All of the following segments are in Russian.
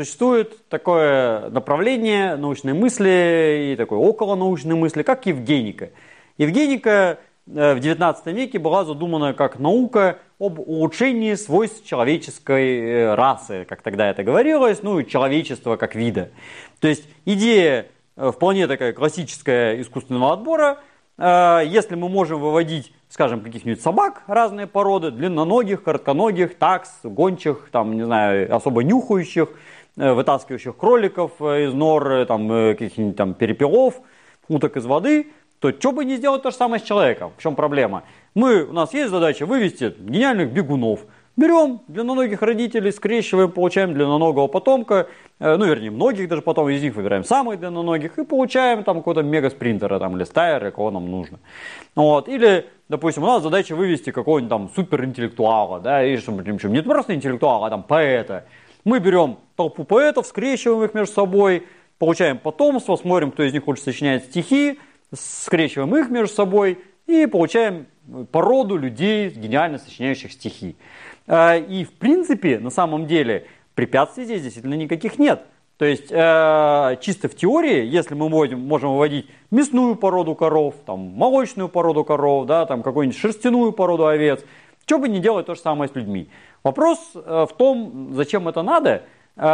существует такое направление научной мысли и такой околонаучной мысли, как евгеника. Евгеника в XIX веке была задумана как наука об улучшении свойств человеческой расы, как тогда это говорилось, ну и человечества как вида. То есть идея вполне такая классическая искусственного отбора. Если мы можем выводить, скажем, каких-нибудь собак разные породы, длинноногих, коротконогих, такс, гончих, там, не знаю, особо нюхающих, вытаскивающих кроликов из нор, там, каких-нибудь там перепелов, уток из воды, то что бы не сделать то же самое с человеком? В чем проблема? У нас есть задача вывести гениальных бегунов. Берем длинноногих родителей, скрещиваем, получаем длинноногого потомка, многих даже потом из них выбираем самых длинноногих и получаем там какого-то мегаспринтера там, или стайера, кого нам нужно. Вот. Или, допустим, у нас задача вывести какого-нибудь там суперинтеллектуала, да, и причем не просто интеллектуала, а там поэта. Мы берем толпу поэтов, скрещиваем их между собой, получаем потомство, смотрим, кто из них лучше сочиняет стихи, скрещиваем их между собой и получаем породу людей, гениально сочиняющих стихи. И в принципе, на самом деле, препятствий здесь действительно никаких нет. То есть, чисто в теории, если мы можем выводить мясную породу коров, там, молочную породу коров, да, там, какую-нибудь шерстяную породу овец, что бы не делать то же самое с людьми. Вопрос в том, зачем это надо,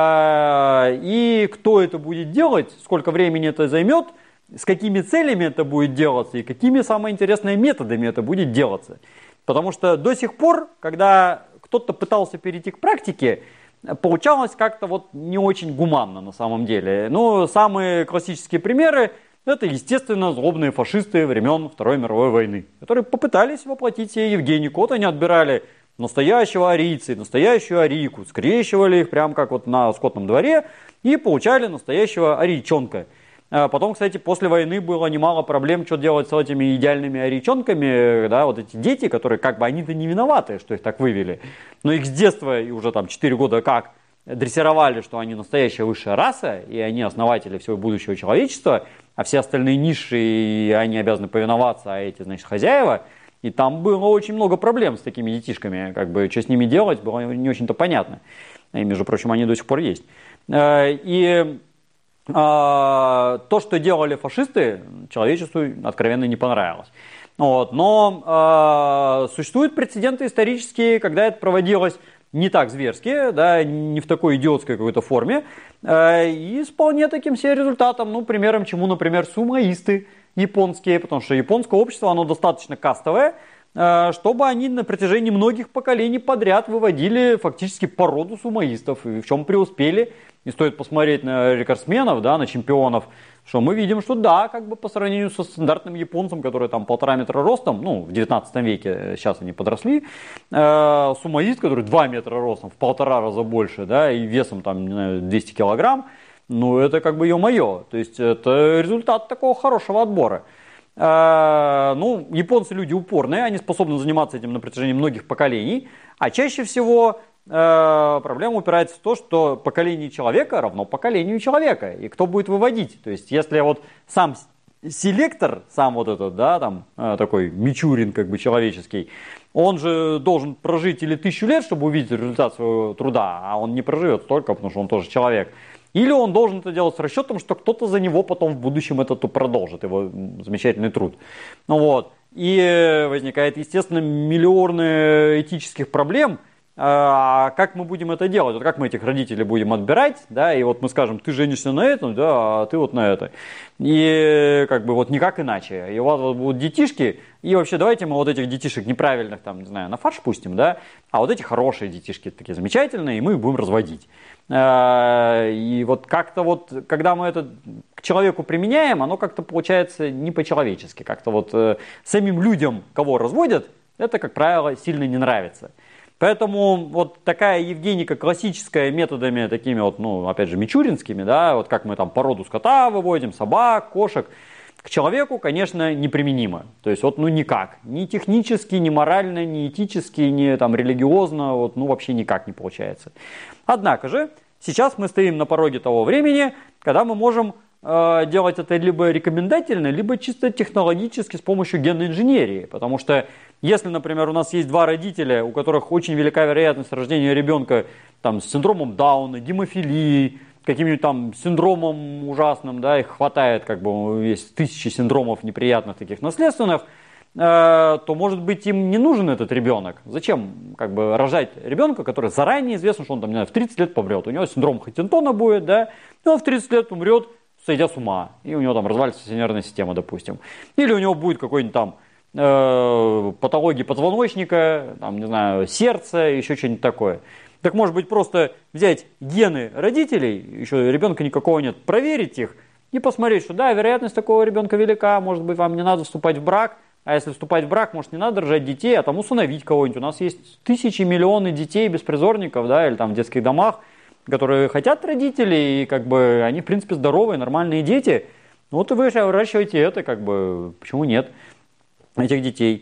и кто это будет делать, сколько времени это займет, с какими целями это будет делаться и какими, самые интересные, методами это будет делаться. Потому что до сих пор, когда кто-то пытался перейти к практике, получалось как-то вот не очень гуманно на самом деле. Самые классические примеры — это, естественно, злобные фашисты времен Второй мировой войны, которые попытались воплотить себе евгенику. Вот они отбирали настоящего арийца и настоящую арийку, скрещивали их прямо как вот на скотном дворе и получали настоящего арийчонка. Потом, кстати, после войны было немало проблем, что делать с этими идеальными арийчонками, да, вот эти дети, которые как бы они-то не виноваты, что их так вывели, но их с детства и уже там 4 года как дрессировали, что они настоящая высшая раса, и они основатели всего будущего человечества, а все остальные низшие, они обязаны повиноваться, а эти, значит, хозяева. И там было очень много проблем с такими детишками, как бы, что с ними делать, было не очень-то понятно. И, между прочим, они до сих пор есть. То, что делали фашисты, человечеству откровенно не понравилось. Вот. Но существуют прецеденты исторические, когда это проводилось не так зверски, да, не в такой идиотской какой-то форме, и с вполне таким себе результатом, примером чему, например, сумоисты японские, потому что японское общество, оно достаточно кастовое, чтобы они на протяжении многих поколений подряд выводили фактически породу сумоистов, и в чем преуспели. И стоит посмотреть на рекордсменов, да, на чемпионов, что мы видим, что да, как бы по сравнению со стандартным японцем, который там 1,5 метра ростом, в 19 веке, сейчас они подросли, сумоист, который 2 метра ростом, в 1,5 раза больше, да, и весом там, не знаю, 200 килограмм, это как бы ё-моё, то есть это результат такого хорошего отбора. Японцы люди упорные, они способны заниматься этим на протяжении многих поколений, а чаще всего проблема упирается в то, что поколение человека равно поколению человека. И кто будет выводить? То есть, если вот сам селектор, сам вот этот, да, там, такой Мичурин, как бы человеческий, он же должен прожить или 1000 лет, чтобы увидеть результат своего труда, а он не проживет столько, потому что он тоже человек. Или он должен это делать с расчетом, что кто-то за него потом в будущем это продолжит, его замечательный труд. И возникает, естественно, миллионы этических проблем. А как мы будем это делать? Вот как мы этих родителей будем отбирать, да, и вот мы скажем, ты женишься на этом, да, а ты вот на это. И как бы вот никак иначе. И у вас вот будут детишки, и вообще давайте мы вот этих детишек неправильных, там, не знаю, на фарш пустим, да, а вот эти хорошие детишки такие замечательные, и мы их будем разводить. И вот как-то вот, когда мы это к человеку применяем, оно как-то получается не по-человечески. Как-то вот самим людям, кого разводят, это, как правило, сильно не нравится. Поэтому вот такая евгеника классическая методами такими вот, опять же, мичуринскими, да, вот как мы там породу скота выводим, собак, кошек, к человеку, конечно, неприменимо. То есть вот, никак. Ни технически, ни морально, ни этически, ни там религиозно, вот, вообще никак не получается. Однако же, сейчас мы стоим на пороге того времени, когда мы можем делать это либо рекомендательно, либо чисто технологически с помощью генной инженерии. Потому что если, например, у нас есть два родителя, у которых очень велика вероятность рождения ребенка там, с синдромом Дауна, гемофилией, каким-нибудь там синдромом ужасным, да, их хватает, как бы есть тысячи синдромов неприятных таких наследственных, то, может быть, им не нужен этот ребенок. Зачем как бы рожать ребенка, который заранее известно, что он там, не знаю, в 30 лет помрет. У него синдром Хантингтона будет, да, и он в 30 лет умрет, сойдя с ума, и у него там развалится нервная система, допустим. Или у него будет какой-нибудь там патологии позвоночника, там, не знаю, сердца, еще что-нибудь такое. Так может быть просто взять гены родителей, еще ребенка никакого нет, проверить их и посмотреть, что да, вероятность такого ребенка велика, может быть вам не надо вступать в брак, а если вступать в брак, может не надо рожать детей, а там усыновить кого-нибудь. У нас есть тысячи, миллионы детей беспризорников, да, или там в детских домах, которые хотят родителей, и как бы они в принципе здоровые, нормальные дети. Вот и вы выращиваете это, как бы, почему нет, этих детей.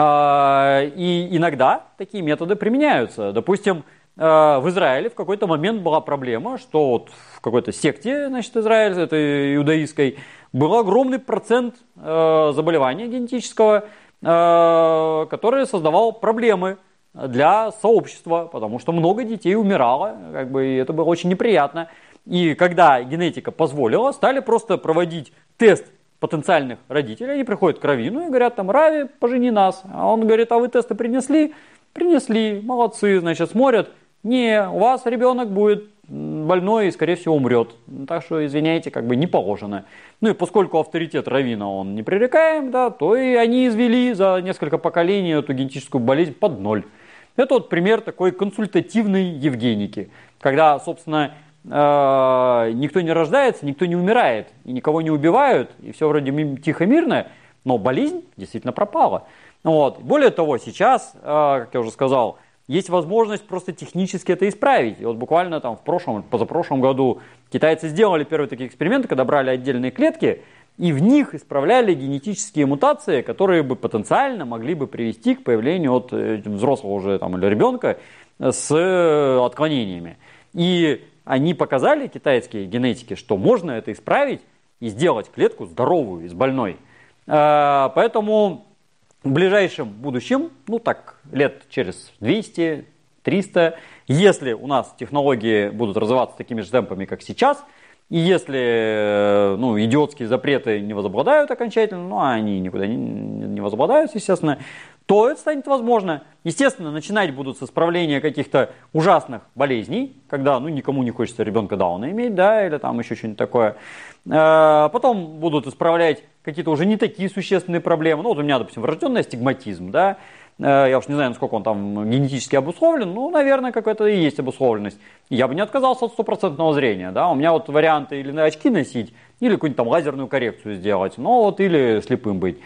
И иногда такие методы применяются. Допустим, в Израиле в какой-то момент была проблема, что вот в какой-то секте, значит, Израиль, этой иудаистской, был огромный процент заболевания генетического, который создавал проблемы для сообщества, потому что много детей умирало, как бы, и это было очень неприятно. И когда генетика позволила, стали просто проводить тест потенциальных родителей, они приходят к раввину и говорят, там, Рави, пожени нас. А он говорит, а вы тесты принесли? Принесли, молодцы, значит, смотрят, не, у вас ребенок будет больной и, скорее всего, умрет. Так что, извиняйте, как бы не положено. Ну и поскольку авторитет раввина, он непререкаем, да, то и они извели за несколько поколений эту генетическую болезнь под ноль. Это вот пример такой консультативной евгеники, когда, собственно, никто не рождается, никто не умирает, и никого не убивают, и все вроде тихо-мирно, но болезнь действительно пропала. Вот. Более того, сейчас, как я уже сказал, есть возможность просто технически это исправить. И вот буквально там в прошлом, позапрошлом году китайцы сделали первые такие эксперименты, когда брали отдельные клетки и в них исправляли генетические мутации, которые бы потенциально могли бы привести к появлению от взрослого уже там, или ребенка с отклонениями. И они показали, китайские генетики, что можно это исправить и сделать клетку здоровую из больной. Поэтому в ближайшем будущем, ну так, лет через 200-300, если у нас технологии будут развиваться такими же темпами, как сейчас, и если идиотские запреты не возобладают окончательно, ну а они никуда не возобладают, естественно, то это станет возможно. Естественно, начинать будут с исправления каких-то ужасных болезней, когда никому не хочется ребенка Дауна иметь, да, или там еще что-нибудь такое. Потом будут исправлять какие-то уже не такие существенные проблемы. Ну вот у меня, допустим, врожденный астигматизм, да. Я уж не знаю, насколько он там генетически обусловлен, но, наверное, какая-то и есть обусловленность. Я бы не отказался от стопроцентного зрения, да. У меня вот варианты или на очки носить, или какую-нибудь там лазерную коррекцию сделать, ну вот или слепым быть.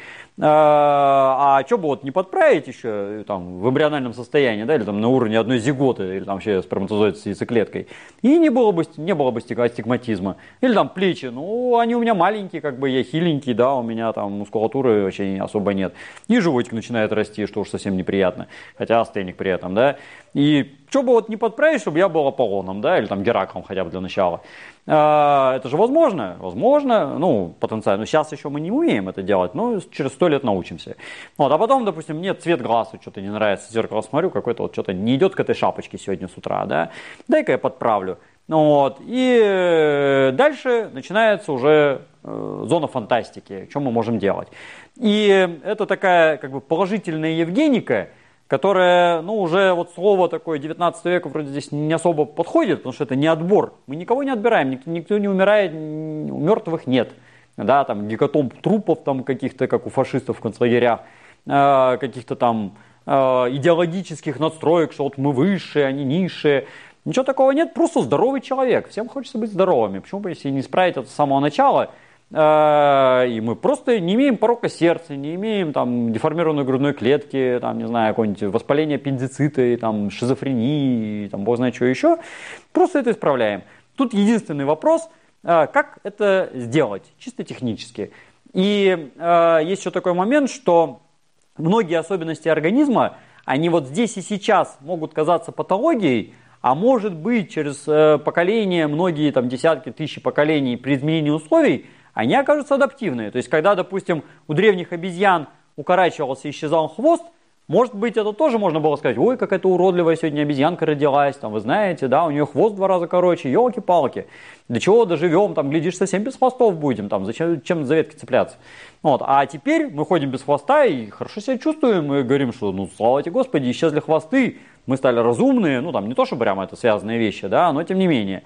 А что бы вот не подправить еще там, в эмбриональном состоянии, да, или там на уровне одной зиготы, или там вообще сперматозоид с яйцеклеткой, и не было бы астигматизма. Или там плечи, ну они у меня маленькие, как бы я хиленький, да, у меня там мускулатуры вообще особо нет. И животик начинает расти, что уж совсем неприятно, хотя астеник при этом, да. И что бы вот не подправить, чтобы я был Аполлоном, да, или там Гераклом хотя бы для начала. Это же возможно, потенциально. Но сейчас еще мы не умеем это делать, но через 100 лет научимся. Вот, а потом, допустим, мне цвет глаз что-то не нравится, в зеркало смотрю, какой-то вот что-то не идет к этой шапочке сегодня с утра, да, дай-ка я подправлю. Вот, и дальше начинается уже зона фантастики, что мы можем делать. И это такая как бы положительная евгеника, которая, уже вот слово такое 19 века вроде здесь не особо подходит, потому что это не отбор. Мы никого не отбираем, никто не умирает, мертвых нет. Да, там гекатомб трупов там каких-то, как у фашистов в концлагерях, каких-то там идеологических надстроек, что вот мы высшие, они низшие. Ничего такого нет, просто здоровый человек. Всем хочется быть здоровыми. Почему бы, если не исправить это с самого начала, и мы просто не имеем порока сердца, не имеем там деформированной грудной клетки, там, не знаю, какое-нибудь воспаление аппендицита, там, шизофрении, там, бог знает что еще. Просто это исправляем. Тут единственный вопрос, как это сделать, чисто технически. И есть еще такой момент, что многие особенности организма, они вот здесь и сейчас могут казаться патологией, А может быть, через поколение, многие там десятки тысяч поколений при изменении условий, они окажутся адаптивные. То есть, когда, допустим, у древних обезьян укорачивался и исчезал хвост, может быть, это тоже можно было сказать: ой, какая-то уродливая сегодня обезьянка родилась, там, вы знаете, да, у нее хвост в 2 раза короче, елки-палки, для чего доживем, там, глядишь, совсем без хвостов будем, там, зачем за ветки цепляться. Вот. А теперь мы ходим без хвоста и хорошо себя чувствуем, и говорим, что, ну, слава тебе Господи, исчезли хвосты, мы стали разумные, ну, там, не то, что прямо это связанные вещи, да, но тем не менее.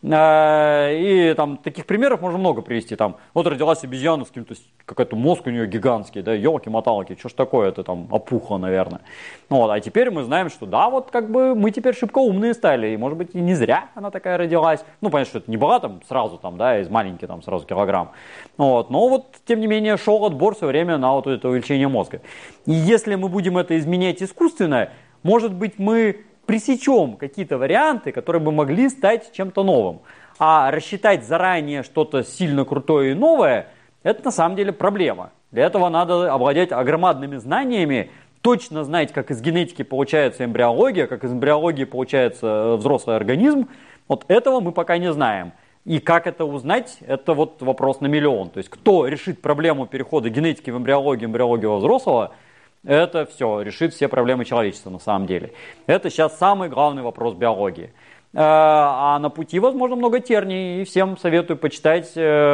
И там таких примеров можно много привести. Там, вот родилась обезьяна с каким-то, какой-то мозг у нее гигантский, да, елки-моталки, что ж такое, это там опухло, наверное. Вот, а теперь мы знаем, что да, вот как бы мы теперь шибко умные стали, и может быть и не зря она такая родилась. Ну, понятно, что это не была там сразу, там, да, из маленьких там сразу килограмм. Вот, но вот, тем не менее, шел отбор все время на вот это увеличение мозга. И если мы будем это изменять искусственно, может быть, мы пресечем какие-то варианты, которые бы могли стать чем-то новым. А рассчитать заранее что-то сильно крутое и новое, это на самом деле проблема. Для этого надо обладать огромадными знаниями, точно знать, как из генетики получается эмбриология, как из эмбриологии получается взрослый организм. Вот этого мы пока не знаем. И как это узнать, это вот вопрос на миллион. То есть кто решит проблему перехода генетики в эмбриологию, эмбриологию во взрослого, это все решит все проблемы человечества на самом деле. Это сейчас самый главный вопрос биологии. А на пути, возможно, много терний. И всем советую почитать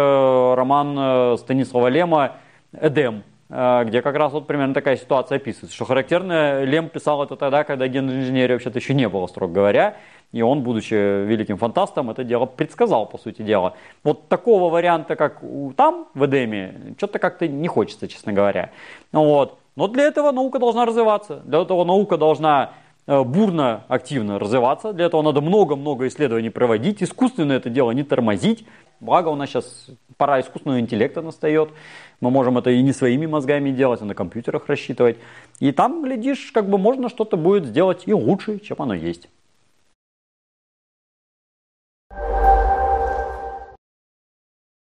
роман Станислава Лема «Эдем», где как раз вот примерно такая ситуация описывается. Что характерно, Лем писал это тогда, когда генной инженерии вообще-то еще не было, строго говоря. И он, будучи великим фантастом, это дело предсказал, по сути дела. Вот такого варианта, как там, в Эдеме, что-то как-то не хочется, честно говоря. Вот. Но для этого наука должна развиваться. Для этого наука должна бурно, активно развиваться. Для этого надо много-много исследований проводить. Искусственно это дело не тормозить. Благо у нас сейчас пора искусственного интеллекта настает. Мы можем это и не своими мозгами делать, а на компьютерах рассчитывать. И там, глядишь, как бы можно что-то будет сделать и лучше, чем оно есть.